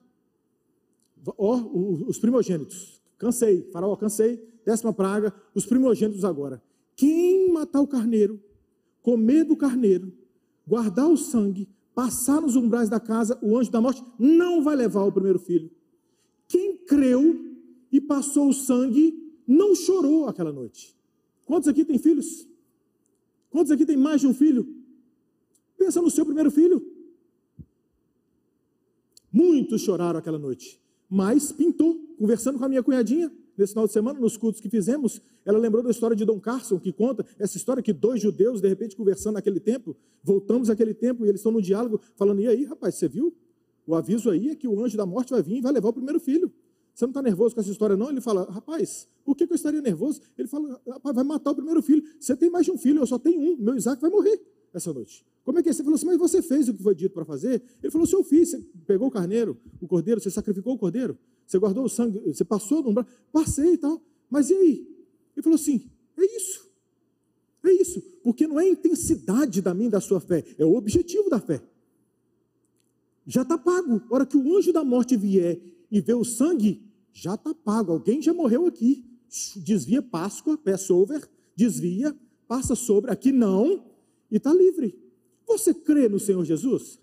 Os primogênitos. Cansei, Faraó, cansei. 10ª praga, os primogênitos agora. Quem matar o carneiro, comer do carneiro, guardar o sangue, passar nos umbrais da casa, o anjo da morte não vai levar o primeiro filho. Quem creu e passou o sangue, não chorou aquela noite. Quantos aqui têm filhos? Quantos aqui têm mais de um filho? Pensa no seu primeiro filho. Muitos choraram aquela noite, mas pintou, conversando com a minha cunhadinha, nesse final de semana, nos cultos que fizemos, ela lembrou da história de Dom Carson, que conta essa história que dois judeus, de repente, conversando naquele tempo, voltamos àquele tempo, e eles estão no diálogo, falando, e aí, rapaz, você viu? O aviso aí é que o anjo da morte vai vir e vai levar o primeiro filho. Você não está nervoso com essa história, não? Ele fala, rapaz, por que eu estaria nervoso? Ele fala, rapaz, vai matar o primeiro filho. Você tem mais de um filho, eu só tenho um, meu Isaac vai morrer essa noite. Como é que é? Você falou assim, mas você fez o que foi dito para fazer? Ele falou, se eu fiz, você pegou o carneiro, o cordeiro, você sacrificou o cordeiro, você guardou o sangue, você passou no umbral, passei e tal, mas e aí? Ele falou assim, é isso, porque não é a intensidade da minha e da sua fé, é o objetivo da fé. Já está pago, a hora que o anjo da morte vier e ver o sangue, já está pago, alguém já morreu aqui, desvia Páscoa, Passover, desvia, passa sobre, aqui não, e está livre. Você crê no Senhor Jesus?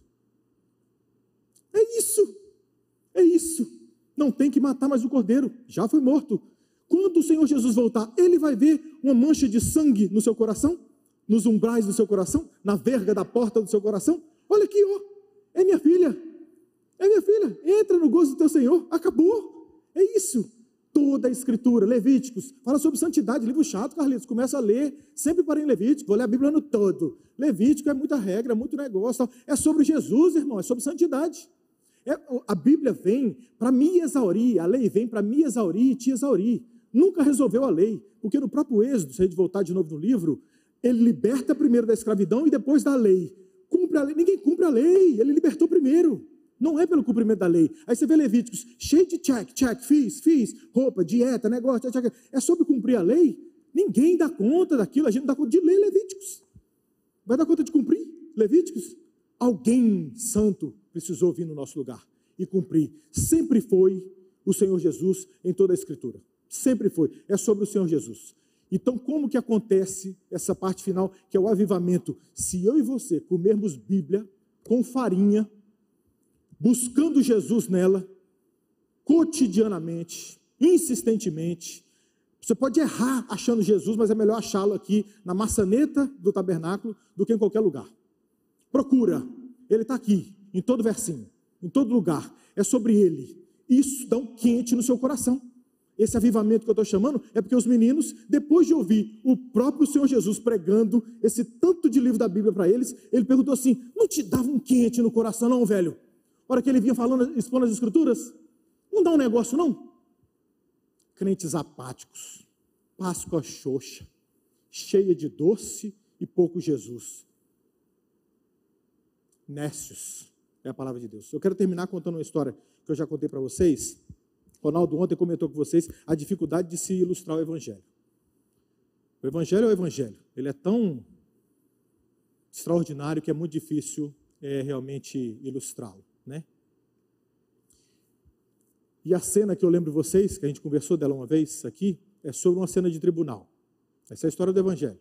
É isso. Não tem que matar mais o cordeiro, já foi morto. Quando o Senhor Jesus voltar, ele vai ver uma mancha de sangue no seu coração, nos umbrais do seu coração, na verga da porta do seu coração. Olha aqui, ó, é minha filha, entra no gozo do teu Senhor, acabou, é isso. Toda a escritura, Levíticos, fala sobre santidade, livro chato, Carlitos, começa a ler, sempre para em Levítico, vou ler a Bíblia no todo. Levítico é muita regra, muito negócio, é sobre Jesus, irmão, é sobre santidade. A Bíblia vem para me exaurir, a lei vem para me exaurir e te exaurir. Nunca resolveu a lei, porque no próprio Êxodo, se a gente voltar de novo no livro, ele liberta primeiro da escravidão e depois da lei. Cumpre a lei. Ninguém cumpre a lei, ele libertou primeiro. Não é pelo cumprimento da lei. Aí você vê Levíticos, cheio de check, fiz, roupa, dieta, negócio, check. É sobre cumprir a lei? Ninguém dá conta daquilo, a gente não dá conta de ler Levíticos. Vai dar conta de cumprir Levíticos? Alguém santo precisou vir no nosso lugar e cumprir. Sempre foi o Senhor Jesus em toda a Escritura. Sempre foi. É sobre o Senhor Jesus. Então, como que acontece essa parte final, que é o avivamento? Se eu e você comermos Bíblia com farinha, buscando Jesus nela, cotidianamente, insistentemente. Você pode errar achando Jesus, mas é melhor achá-lo aqui na maçaneta do tabernáculo do que em qualquer lugar. Procura, ele está aqui, em todo versinho, em todo lugar, é sobre ele. Isso dá um quente no seu coração. Esse avivamento que eu estou chamando é porque os meninos, depois de ouvir o próprio Senhor Jesus pregando esse tanto de livro da Bíblia para eles, ele perguntou assim, não te dava um quente no coração não, velho? A hora que ele vinha falando, expondo as Escrituras, não dá um negócio não? Crentes apáticos, Páscoa xoxa, cheia de doce e pouco Jesus. Nécios, é a palavra de Deus. Eu quero terminar contando uma história que eu já contei para vocês. Ronaldo ontem comentou com vocês a dificuldade de se ilustrar o Evangelho. O Evangelho é o Evangelho. Ele é tão extraordinário que é muito difícil realmente ilustrá-lo, né? E a cena que eu lembro de vocês, que a gente conversou dela uma vez aqui, é sobre uma cena de tribunal. Essa é a história do Evangelho.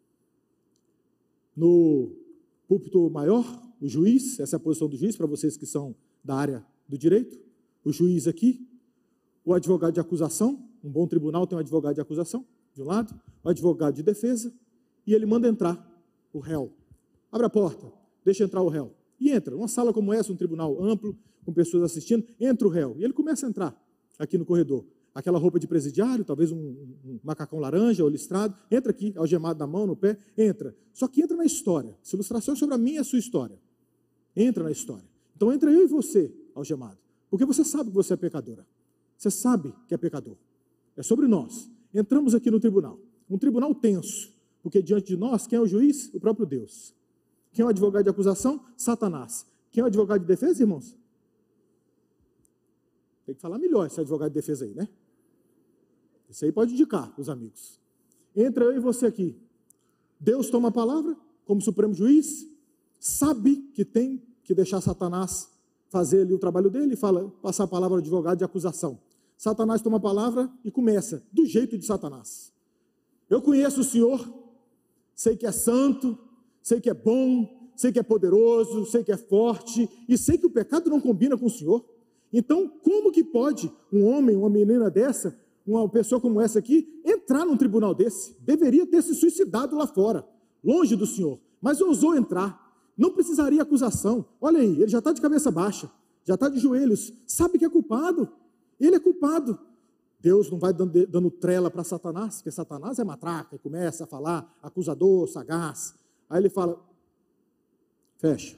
No púlpito maior, o juiz, essa é a posição do juiz, para vocês que são da área do direito, o juiz aqui, o advogado de acusação, um bom tribunal tem um advogado de acusação, de um lado, o advogado de defesa, e ele manda entrar o réu. Abre a porta, deixa entrar o réu. E entra, uma sala como essa, um tribunal amplo, com pessoas assistindo, entra o réu. E ele começa a entrar aqui no corredor. Aquela roupa de presidiário, talvez um macacão laranja ou listrado, entra aqui, algemado na mão, no pé, entra. Só que entra na história. Essa ilustração é sobre a minha e a sua história. Entra na história. Então entra eu e você, algemado. Porque você sabe que você é pecadora. Você sabe que é pecador. É sobre nós. Entramos aqui no tribunal. Um tribunal tenso. Porque diante de nós, quem é o juiz? O próprio Deus. Quem é o advogado de acusação? Satanás. Quem é o advogado de defesa, irmãos? Tem que falar melhor esse advogado de defesa aí, né? Isso aí pode indicar os amigos. Entra eu e você aqui. Deus toma a palavra como supremo juiz, sabe que tem que deixar Satanás fazer ali o trabalho dele e passar a palavra ao advogado de acusação. Satanás toma a palavra e começa do jeito de Satanás. Eu conheço o Senhor, sei que é santo, sei que é bom, sei que é poderoso, sei que é forte e sei que o pecado não combina com o Senhor. Então, como que pode um homem, uma menina dessa, uma pessoa como essa aqui, entrar num tribunal desse? Deveria ter se suicidado lá fora, longe do Senhor, mas ousou entrar. Não precisaria acusação. Olha aí, ele já está de cabeça baixa, já está de joelhos, sabe que é culpado. Ele é culpado. Deus não vai dando trela para Satanás, porque Satanás é matraca, e começa a falar, acusador, sagaz. Aí ele fala, fecha.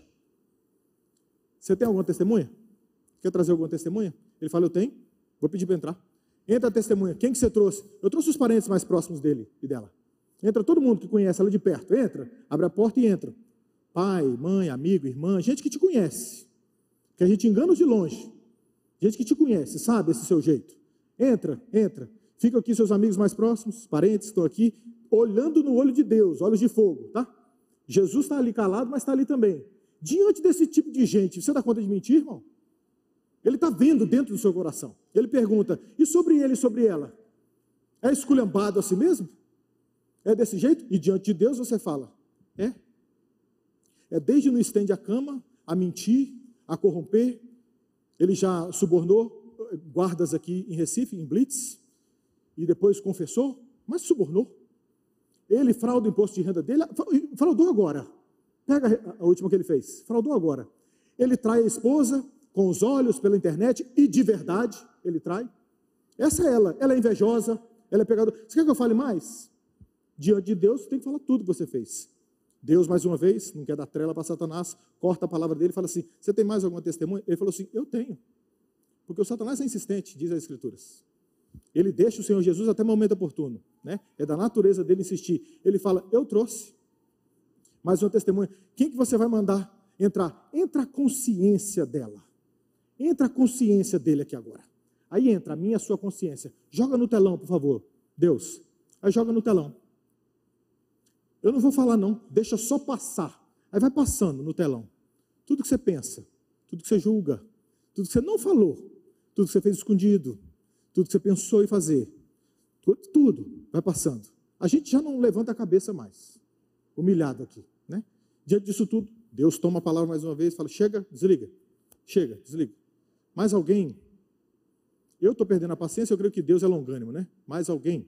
Você tem alguma testemunha? Quer trazer alguma testemunha? Ele fala, eu tenho, vou pedir para entrar. Entra a testemunha, quem que você trouxe? Eu trouxe os parentes mais próximos dele e dela. Entra todo mundo que conhece ela de perto, entra, abre a porta e entra. Pai, mãe, amigo, irmã, gente que te conhece, que a gente engana de longe. Gente que te conhece, sabe esse seu jeito. Entra, entra. Ficam aqui seus amigos mais próximos, parentes estão aqui, olhando no olho de Deus, olhos de fogo, tá? Jesus está ali calado, mas está ali também. Diante desse tipo de gente, você dá conta de mentir, irmão? Ele está vendo dentro do seu coração. Ele pergunta, e sobre ele e sobre ela? É esculhambado assim mesmo? É desse jeito? E diante de Deus você fala, é. É desde não estende a cama, a mentir, a corromper. Ele já subornou guardas aqui em Recife, em Blitz, e depois confessou, mas subornou. Ele frauda o imposto de renda dele, fraudou agora. Pega a última que ele fez, fraudou agora. Ele trai a esposa com os olhos pela internet, e de verdade ele trai. Essa é ela é invejosa, ela é pecadora. Você quer que eu fale mais? Diante de Deus, tem que falar tudo que você fez. Deus, mais uma vez, não quer dar trela para Satanás, corta a palavra dele e fala assim, você tem mais alguma testemunha? Ele falou assim, eu tenho. Porque o Satanás é insistente, diz as Escrituras. Ele deixa o Senhor Jesus até o momento oportuno, né? É da natureza dele insistir. Ele fala, eu trouxe mais uma testemunha. Quem que você vai mandar entrar? Entra a consciência dela. Entra a consciência dele aqui agora. Aí entra a minha e a sua consciência. Joga no telão, por favor. Deus. Aí joga no telão. Eu não vou falar não, deixa só passar. Aí vai passando no telão. Tudo que você pensa, tudo que você julga, tudo que você não falou, tudo que você fez escondido, tudo que você pensou em fazer, tudo vai passando. A gente já não levanta a cabeça mais, humilhado aqui, né? Diante disso tudo, Deus toma a palavra mais uma vez e fala, chega, desliga, Mais alguém? Eu estou perdendo a paciência, eu creio que Deus é longânimo, né? Mais alguém?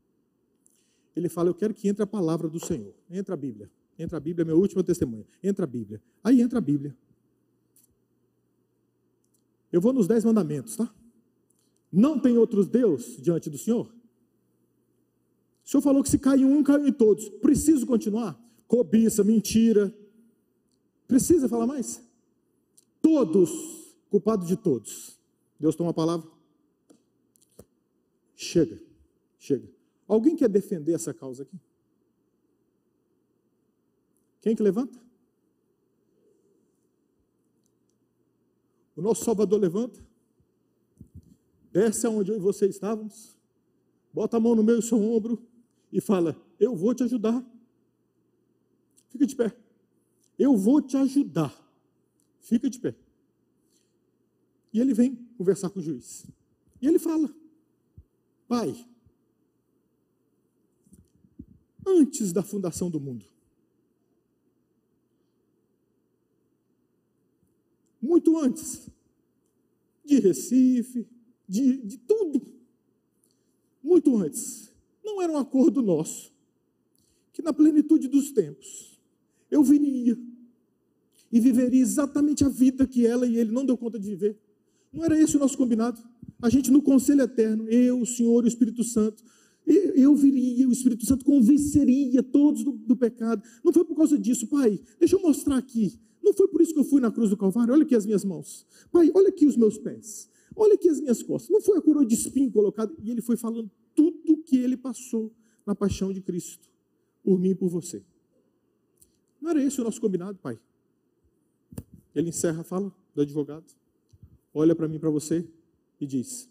Ele fala, eu quero que entre a palavra do Senhor. Entra a Bíblia, é minha última testemunha. Entra a Bíblia. Aí entra a Bíblia. Eu vou nos 10 mandamentos, tá? Não tem outros Deus diante do Senhor? O Senhor falou que se cai em um, caiu em todos. Preciso continuar? Cobiça, mentira. Precisa falar mais? Todos, culpado de todos. Deus toma a palavra. Chega. Alguém quer defender essa causa aqui? Quem que levanta? O nosso Salvador levanta, desce aonde eu e você estávamos, bota a mão no meu e seu ombro e fala, eu vou te ajudar. Fica de pé. Eu vou te ajudar. Fica de pé. E ele vem conversar com o juiz. E ele fala, Pai, antes da fundação do mundo, muito antes de Recife, de tudo, muito antes, não era um acordo nosso, que na plenitude dos tempos, eu viria e viveria exatamente a vida que ela e ele não deu conta de viver. Não era esse o nosso combinado? A gente no conselho eterno, eu, o Senhor e o Espírito Santo, eu viria, o Espírito Santo convenceria todos do pecado. Não foi por causa disso, Pai, deixa eu mostrar aqui. Não foi por isso que eu fui na cruz do Calvário. Olha aqui as minhas mãos. Pai, olha aqui os meus pés. Olha aqui as minhas costas. Não foi a coroa de espinho colocada. E ele foi falando tudo que ele passou na paixão de Cristo, por mim e por você. Não era esse o nosso combinado, Pai? Ele encerra a fala do advogado, olha para mim e para você e diz,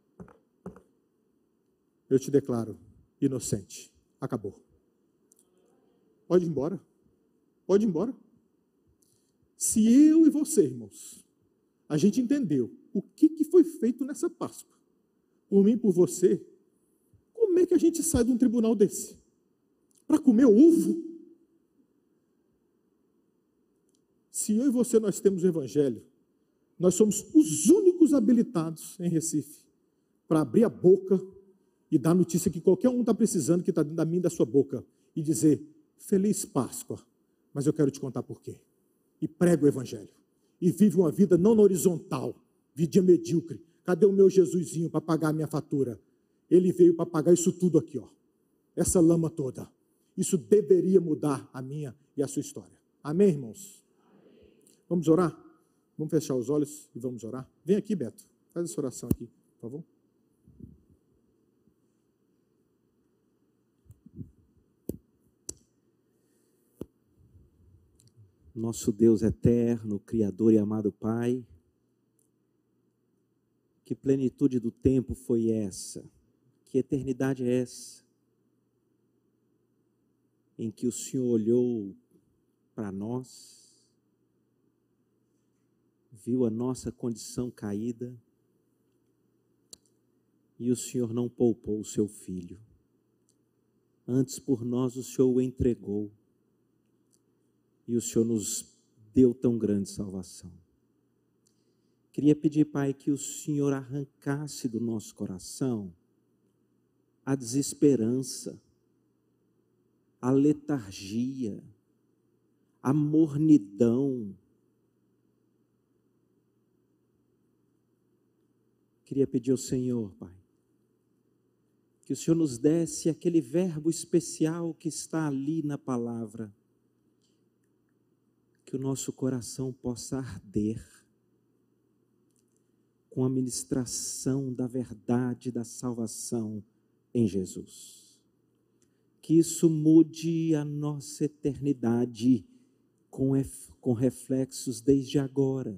eu te declaro inocente. Acabou. Pode ir embora. Pode ir embora. Se eu e você, irmãos, a gente entendeu o que foi feito nessa Páscoa, por mim e por você, como é que a gente sai de um tribunal desse? Para comer ovo? Se eu e você nós temos o Evangelho, nós somos os únicos habilitados em Recife para abrir a boca e dar a notícia que qualquer um está precisando, que está dentro da minha e da sua boca, e dizer, Feliz Páscoa, mas eu quero te contar por quê. E prega o Evangelho, e vive uma vida não na horizontal, vida medíocre. Cadê o meu Jesusinho para pagar a minha fatura? Ele veio para pagar isso tudo aqui, ó. Essa lama toda. Isso deveria mudar a minha e a sua história. Amém, irmãos? Vamos orar? Vamos fechar os olhos e vamos orar? Vem aqui, Beto. Faz essa oração aqui, por favor. Nosso Deus eterno, Criador e amado Pai, que plenitude do tempo foi essa? Que eternidade é essa? Em que o Senhor olhou para nós, viu a nossa condição caída, e o Senhor não poupou o seu Filho. Antes por nós o Senhor o entregou, e o Senhor nos deu tão grande salvação. Queria pedir, Pai, que o Senhor arrancasse do nosso coração a desesperança, a letargia, a mornidão. Queria pedir ao Senhor, Pai, que o Senhor nos desse aquele verbo especial que está ali na palavra, que o nosso coração possa arder com a ministração da verdade da salvação em Jesus. Que isso mude a nossa eternidade com reflexos desde agora.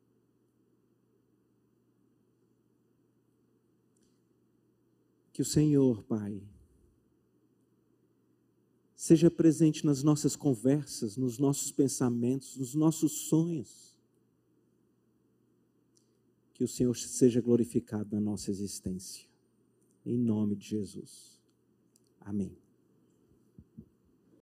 Que o Senhor, Pai, seja presente nas nossas conversas, nos nossos pensamentos, nos nossos sonhos. Que o Senhor seja glorificado na nossa existência. Em nome de Jesus. Amém.